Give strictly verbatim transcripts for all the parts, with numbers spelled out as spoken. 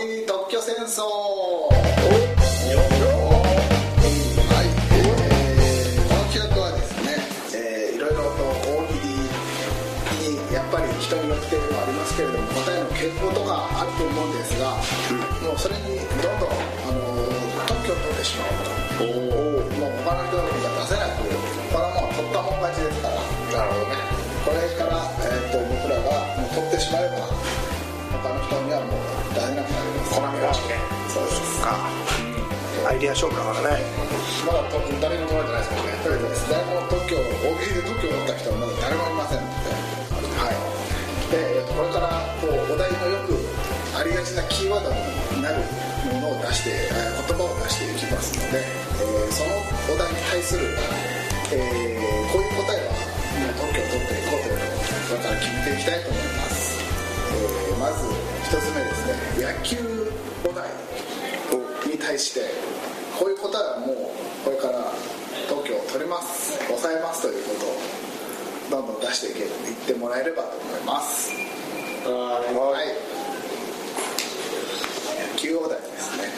喜利特許戦争。人によってはありますけれども、答えの傾向とかあると思うんですが、うん、もうそれにどんどん、あのー、特許を取ってしまうと、おもう他の人が出せなく、これはもう取ったもん勝ちですから。なるほどね。これから、えー、と僕らがもう取ってしまえば他の人にはもう出せなくなります。 好みがね。 そうですか、 うん、アイディア勝負だからね。 まだ誰も取られてないですもんね。そうです。誰も特許を大喜利で特許を取った人はまだ誰もいませんので、はい。でこれからこうお題のよくありがちなキーワードになるものを出して、言葉を出していきますので、えー、そのお題に対する、えー、こういう答えは特許を取っていこうというのをこれから決めていきたいと思います。えー、まず一つ目ですね、野球お題に対してこういう答えはもうこれから特許を取ります、抑えますということをどんどん出していけいってもらえればと思います。はい、野球お題ですね。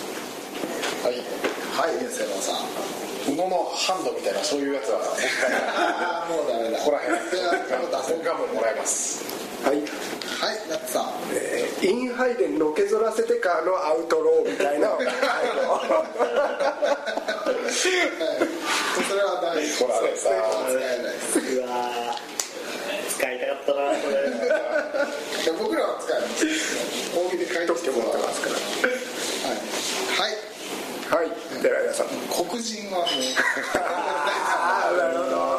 はいはい、瀬野さん、 宇野のハンドみたいなそういうやつはああもうダメだ、 ここら辺僕はもうもらいます。 はいはい、ナッツさん、 えー、インハイでのけぞらせてからのアウトローみたいなはいそれは大事。 これさ使えないです。 うわ使いたかったなこれ僕らは使えます。大喜利書いてきてもらってますから。はいはいはい、 寺谷さん、 黒人はもうああなるほど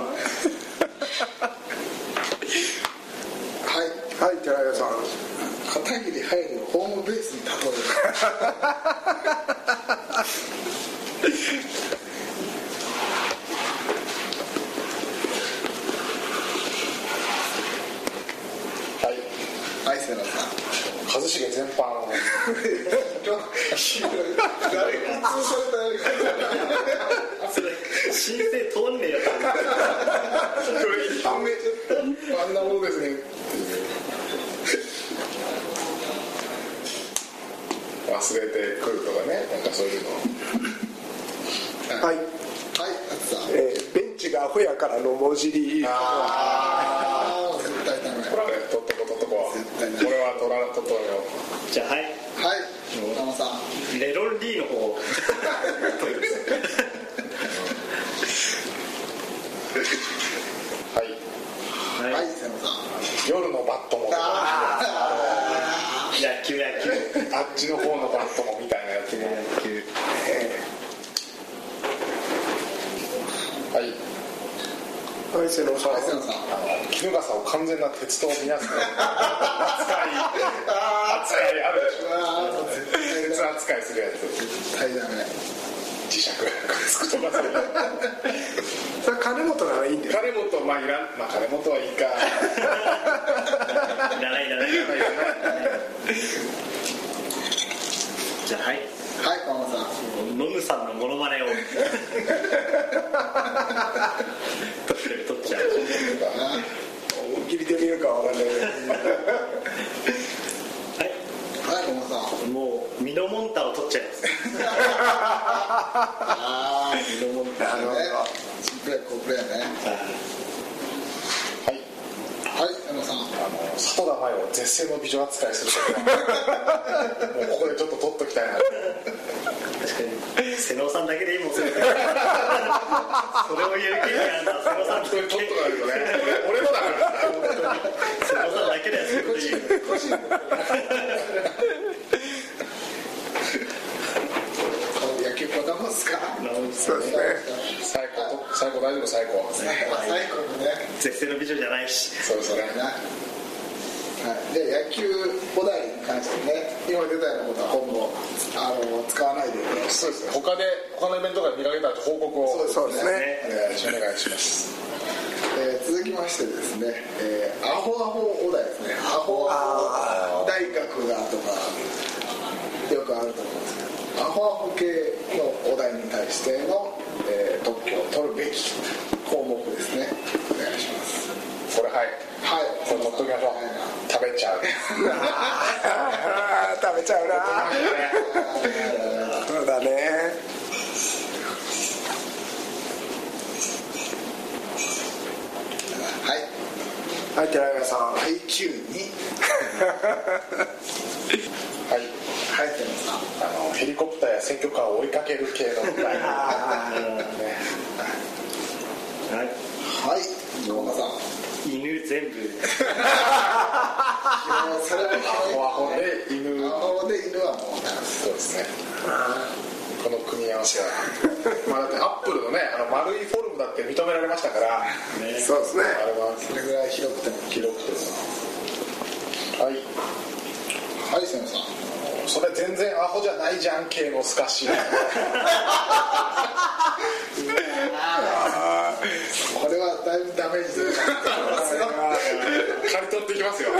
はいはい、寺谷さん、 片桐入るをホームベースに例えるはいはい、瀬野さん、 一茂全般をひどい、誰が通されたやり方それ申請通んねえよこれ一本目ちょっとあんなものですね忘れてくるとかね、なんかそういうのはいはい、えー、ベンチがアホやからの文字り、 ああ絶対ダメ、 これはね、取っとこ取っとここれは取らなととよ。 じゃあはいはい、小玉さん、 レロン D の方はいはい、瀬野さん、 夜のバットも野球野球あっちの方のバットもみたいなやつね。 野球、 えー、はいはい、瀬野さん、 はい、瀬野さん、 あの衣笠を完全な鉄と見なす扱い扱いあるでしょ。鉄扱いするやつ絶対ダメ、 磁石つくとかするそれ金本ならいいんだよ。 金本、まあいらん、まあ金本はいいかいらないいらないいらないじゃあはいはい、小玉さん、 ノムさんのモノマネを取ってる取っちゃう大喜利で見るかわかんないはいはい、小玉さん、 もうミノモンタを取っちゃいますあー、 ミノモンタなるほど、チンプレー、コープレーね。 はいはい、小玉さん、 あの里田真由を絶世の美女扱いすることはもうここでちょっと取っときたいな確かに瀬能さんだけでいいもんそれそれを言える権利あるんだ瀬能さん取っとかないとね俺のだから瀬能さんだけでやってくれていい野球こだますか。 そうですね。 最高と最高大丈夫最高最高にね。 絶世の美女じゃないしそうそれはい、で野球お題に関してね、今出たようなことは今後あの使わないでね。 そうですね。他で他のイベントが見かけたら報告をそうですね。 お願いします。 えー、続きましてですね、えー、アホアホお題ですね。アホアホ大学がとかよくあると思うんですけど、アホアホ系のお題に対しての、えー、特許を取るべき項目ですね。お願いします。 これはいはい、 これ取っときましょう。食べちゃう。 食べちゃうな。そうだね。 はいはい寺山さん。 アイキューにはい。 はい寺山さん。 あのヘリコプターや選挙カーを追いかける系の舞台。ね、 はいはい野間さん。 犬全部それはアホアホで犬。 アホで犬はもうそうですね。この組み合わせはまあだってアップルのねあの丸いフォルムだって認められましたから、 ね、 そうですね。 あれはそれぐらい広くても広くてもはいはい瀬野さん。 それ全然アホじゃないじゃん系のスカッシュこれはだいぶダメージで刈り取っていきますよ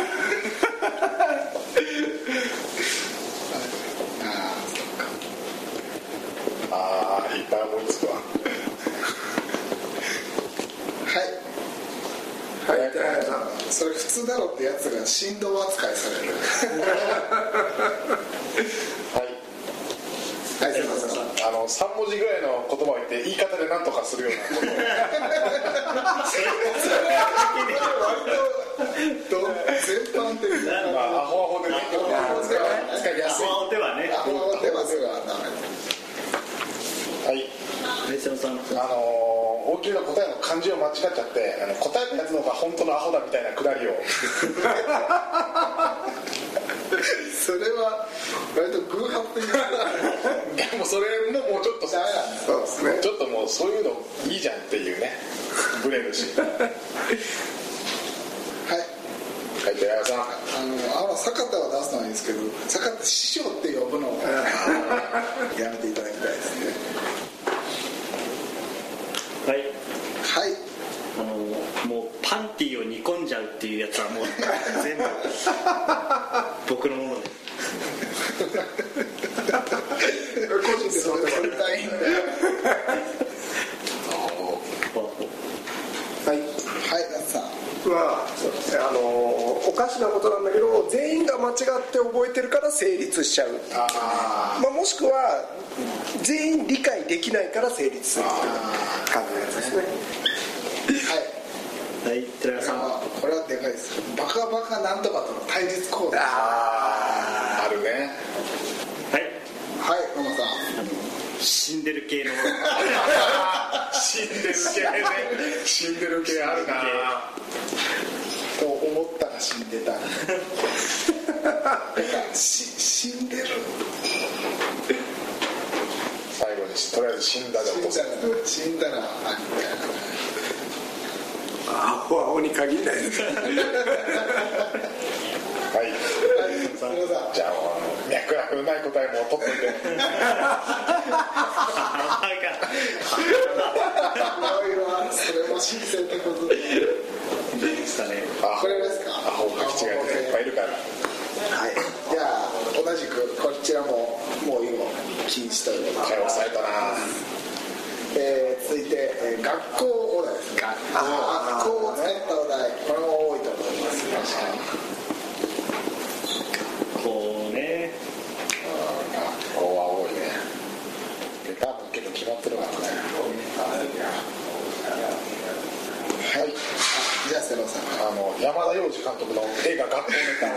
ああいっぱい思いつくわはいはい寺山さん。 それ普通だろってやつが振動扱いされるはいはい瀬野さん。 あのさん文字ぐらいの言葉を言って言い方で何とかするようなことど全般的にまあアホアホでね使いやすいアホではね。 アホではそれはダメ。 はいはい瀬野さん。 あのー、大きな答えの漢字を間違っちゃってあの答えたやつの方が本当のアホだみたいなくだりをそれは割と偶発的なでもそれももうちょっとダメなんです。 そうですね。 ちょっともうそういうのいいじゃんっていうねブレるしはいはい寺山さんあのあの坂田は出すのはいいんですけど坂田師匠って呼ぶのをやめていただきたいですね。 はいはいあのもうパンティーを煮込んじゃうっていうやつはもう全部僕のものです。 個人でそれで撮りたいんではい。 はい夏さん。 まあ、あのおかしなことなんだけど全員が間違って覚えてるから成立しちゃう。 あまあ、もしくは全員理解できないから成立するっていう感じのやつですね。 はいはい寺山さん。 あこれはでかいですバカバカなんとかとの対立構造。はああるねはいい野間さん。 死んでる系の死んでる系ね死んでる系あるなと思ったら死んでたなんかし死んでる最後にとりあえず死んだで落とす死んだらあみたいなあ、アホアホに限らないです。 はいそれさじゃああの脈絡のない答えも取っといてそれも新鮮ってことででしたね。 あこれですかアホを書き違えていっぱいいるからはいじゃあ同じくこちらももう以後禁止ということで、 はい抑えたなえー、続いて、えー、学校お題ですね学校を使ったお題これも多いと思います確かにこうね。 学校は多いねで多分結構決まってるからねはいじゃあ瀬野さんあの山田洋次監督の映画学校ネタ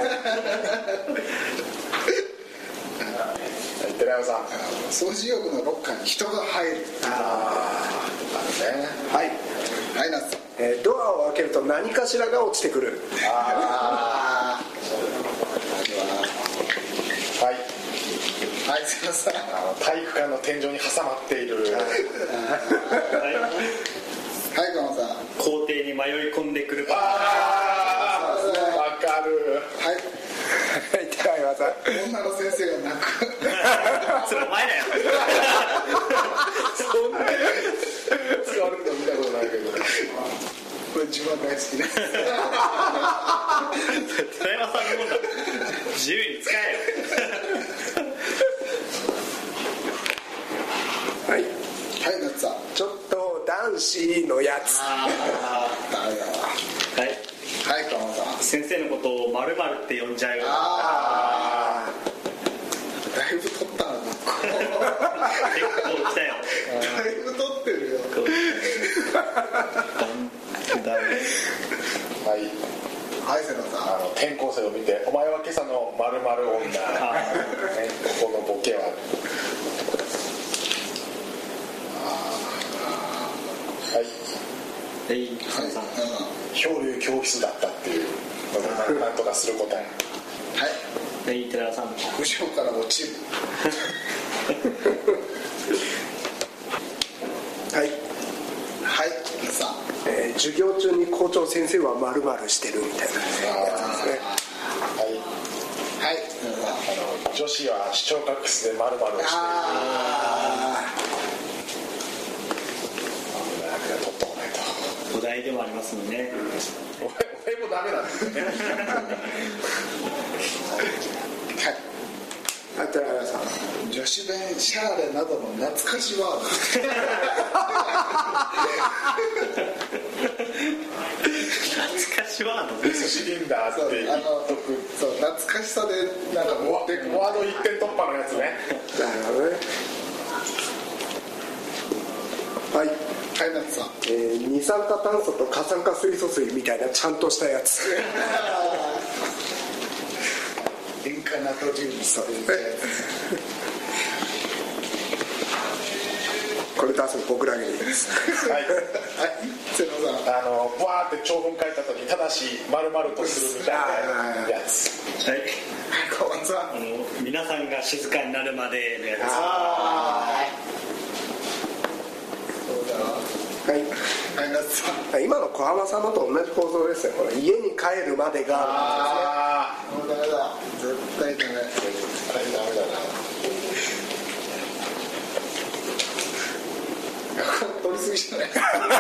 はい寺山さん掃除用具のロッカーに人が入るああるねはい。 はい夏さんえードアを開けると何かしらが落ちてくる。 あああはいあはい瀬野さんあの体育館の天井に挟まっているはい。 はい鎌さん校庭に迷い込んでくるパああわかるはいはい、寺山さん。 女の先生が泣くターン。それお前だよ。 そんなに使われてたの見たことないけどこれ自分は大好きです寺山さんのもんだ。自由に使えよ。 はい。 はい夏さんちょっと男子のやつ。 ああダメだわはい。 はい川本さん。 先生のことを〇〇って呼んじゃう。 ああだいぶ取ったな。 結構来たよ。 だいぶ取ってるよ。 はいはい瀬野さん。 あの転校生を見てお前は今朝の〇〇女、ね、ここのボケははいはい、さんさん。 漂流教室だったっていうのでなんとかする答え。 はいはい、寺田さん。 後ろから落ちる。 はいはい皆さん。 えー授業中に校長先生は〇〇してるみたいなやつですね。 はいはい皆さん。 あの女子は視聴覚室で〇〇をしている。 あ取っとかないと。 お題でもありますもんね。 お前もダメなんですよね。 あとはさん。 女子弁シャーレなどの懐かしワード。 懐かしワード。 ミスシリンダーそうって言っあのとく。 そう懐かしさでなんか持ってくワード一点突破のやつね。 なるほどね。はい、 はい夏さん。 えー二酸化炭素と過酸化水素水みたいなちゃんとしたやつ。 塩化ナトリウムそういうやこれ出すの僕だけでいいです。 はい。 つ。はい瀬野さん。 あのブワーって長文書いた後にただし丸々とするみたいなやつ。 はい。 はい川本さん。 あの皆さんが静かになるまでのやつ。 あそうだはい、 はい夏さん。 今の小浜様と同じ構造ですよ。これ家に帰るまでがああ。 もうダメだ絶対ダメ。 絶対ダメだな。 取りすぎじゃない。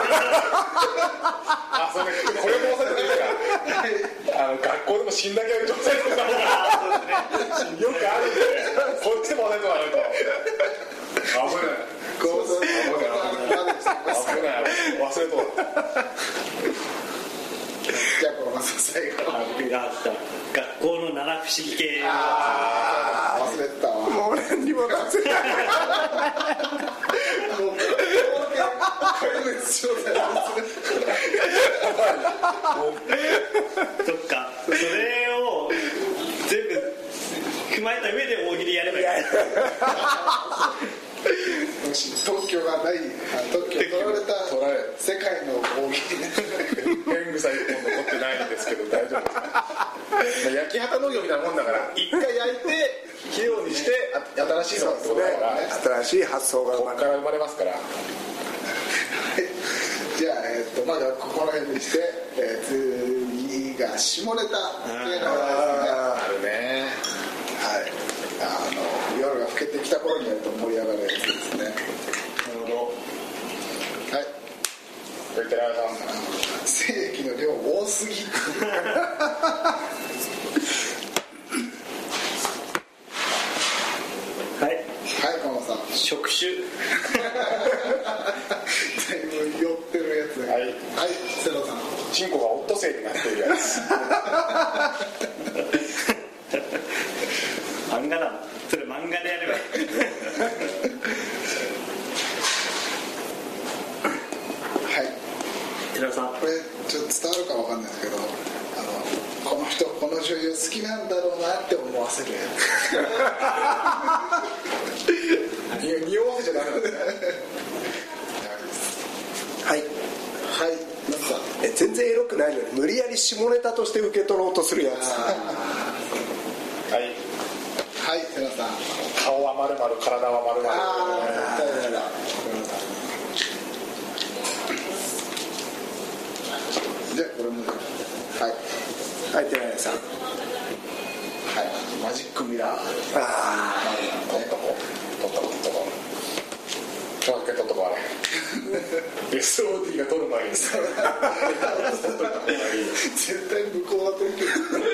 あ、それこれも忘れてるか。あの学校でも死んだけは女性とかよくあるんで、こっちでも忘れてもらうと。危ない。 構造に危ない忘れとる。 じゃあこのまま最後。 僕があった学校の七不思議系。 忘れてたわ。 もう何にも出せない。 もう壊滅状態そっか、それを全部踏まえた上で大喜利やればいい。 もし特許がない特許取られた取られる世界の大喜利ね。 天草一本残ってないんですけど大丈夫ですか。まあ焼き畑農業みたいなもんだから一回焼いて器用にして新しいのってことだから新しい発想が生まれる。 ここから生まれますから。 じゃあ、えっとまだここら辺にして、えー、次が下ネタっていうのがあるね。 はい、あの夜が更けてきた頃にやると盛り上がるやつですね。 なるほど。 はい。 これ寺田さん。 精液の量多すぎ。 はい。 はいママさん。 触手。 だいぶ酔ってるやつね。 はい。 はい瀬野さん。 チンコがオットセイになっているやつ。 漫画だ。それ漫画でやればいい。 はい。 寺田さん。 これちょっと伝わるかわかんないですけど、あのこの人この女優好きなんだろうなって思わせるやつ。 匂匂わせちゃダメなんですね。 はい、 はいなんかえ全然エロくないのに無理やり下ネタとして受け取ろうとするやつ。 はい。 はい瀬野さん。 顔は丸々体は丸々。 ああ絶対ダメだ。じゃあこれもはいはい、寺田さん。 はいマジックミラー。 あ取っとこう。取っとこう。取っとこう。ちょっとだけ取っとこうあれ。エスオーディー が取る前にさ。取っといた方がいい。 絶対向こうが取ってる。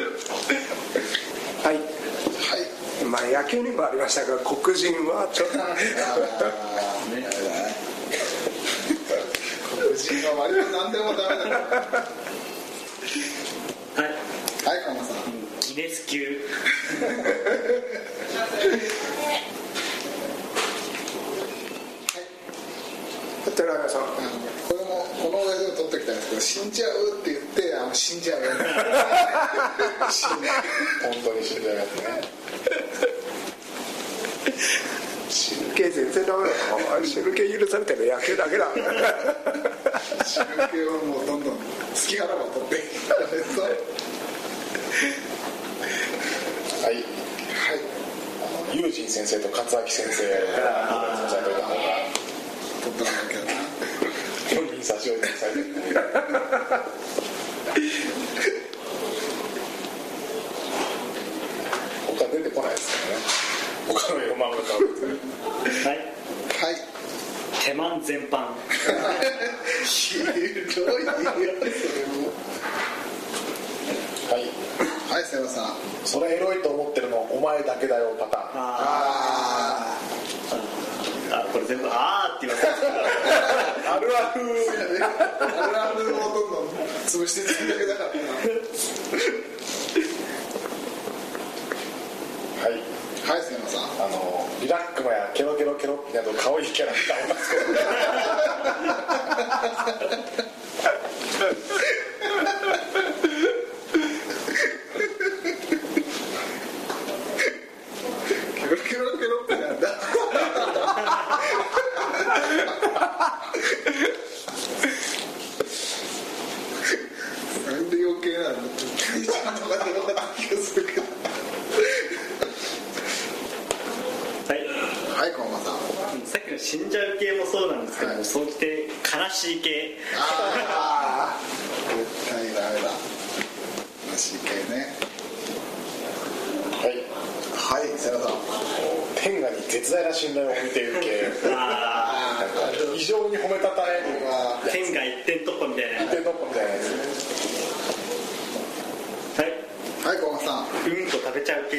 あ、はい。 はいまあ野球にもありましたが、黒人はちょっと。 あーね黒人は割と何でもダメだから。 浜さん。 ギネス級。 寺山さん。 あのこれもこの上でも取ってきたんですけど、死んじゃうって言ってあの死んじゃう。 本当に死んじゃうやつね。 死ぬ系全然ダメだな。死ぬ系許されてる野球だけだ。 死ぬ系をもうどんどん好きあらば取っていきたいです。 はい。 はい。 友人先生と勝明先生を伝えといた方が取ったんだけどな。 本人差し置いてください。他出てこないですからね。他の色漫画家はい。 はい。 手満全般。 ひどいよそれも。 はい。 はい、瀬野さん。 それエロいと思ってるのお前だけだよパターン。 ああ、これ全部あーって言われてあるある。 あるあるをどんどん潰していくだけだからな。 はい。 はい、瀬野さん。 あのリラックマやケロケロケロッピなど可愛いキャラクターを出すことケロケロケロってなんだ。なんで余計なのってちゃんとかで分かった気がするけど。 はい。 はい、小間さん。 さっきの死んじゃう系もそうなんですけども、 はいそうきて悲しい系。 ああ絶対ダメだ。悲しい系ね。 はい。 はい、瀬野さん。 天下に絶大な信頼を置いている系。 あなんか異常に褒めたたえるあ、天が一点突破みたいな。 一点突破みたいなやつ。 はい。 はい、小間さん。 うんこ食べちゃう系。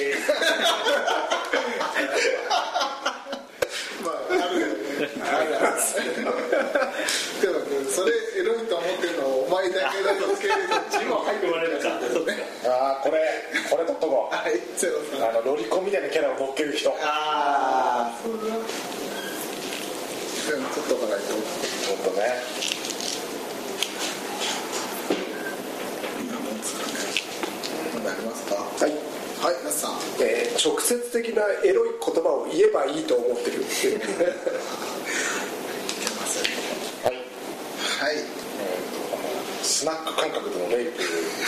まあ、あるよね。あるある。けど、それエロいと思ってるのをお前だけだとつけると字も入って生まれるか。そうですね。 ああこれこれ取っとこう。 はい、瀬野さん。 あのロリコンみたいなキャラを乗っける人。 ああ。 そうだ。でもちょっとからいと。 ちょっとね。 今もんですかね。問題ありますか。 はい。 はい、那須さん。 えー直接的なエロい言葉を言えばいいと思ってるっていう。 はい。 はい。 スナック感覚でのレイプ。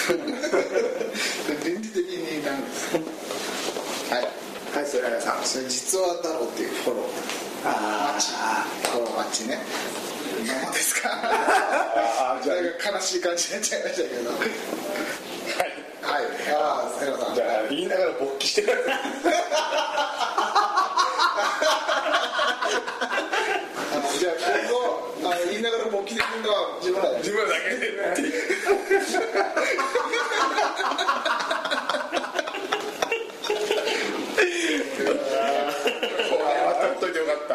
倫理的になんですか。はい。 はい、それはさん。 それ実話だろうっていうフォロー。 あマッチ。フォローマッチね。何ですか。 ああじゃあなんか悲しい感じになっちゃいましたけど。 はい。 はい。ああ、瀬野さん。 じゃあ言いながら勃起してる。 じゃあ今後あの言いながら勃起できるのは自分らだけ。 自分だけでっていう。これは取っといてよかった。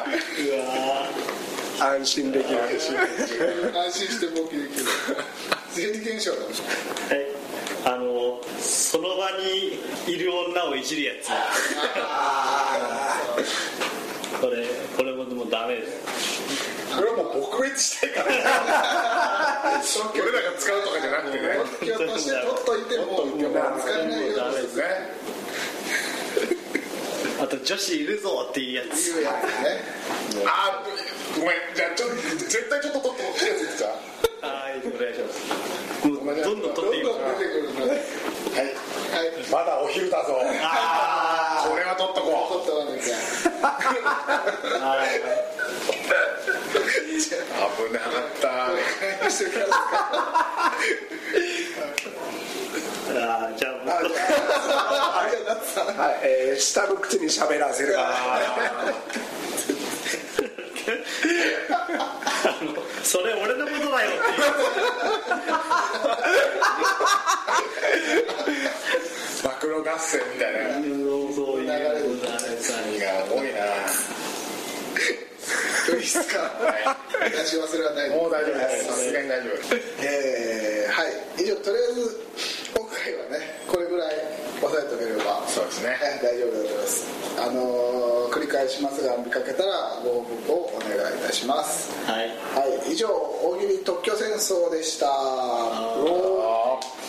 安心できる。 安心して勃起できる。生理現象だもん。 はい。あのその場にいる女をいじるやつ。これこれももうダメです。 これはもう撲滅したいから。俺らが使うとかじゃなくてね。 勃起をとして取っといても使えないようにする。 あと女子いるぞっていうやつ。 いうやつね。 あーごめんじゃあちょっと絶対ちょっと取ってほしいやついくか。 はい、お願いします。もうどんどん取っていく。 どんどん出てくるので。 はい。 はい。 まだお昼だぞ。 あこれは取っとこう。 取っておかなきゃ。 あ。 危なかった。 してくださああ、じゃあもう。 はい、えー、下の口に喋らせる。 それ俺のことだよって暴露合戦みたいな。 いうそういう流れが多いな。 いいですか。出し忘れはない。 もう大丈夫です。さすがに大丈夫。 えー、はい。以上とりあえず今回はねこれぐら押さえておければそうですね、 大丈夫だと思います。あのー、繰り返しますが見かけたらご報告をお願いいたします。 はい、 はい、以上大喜利特許戦争でした。 あー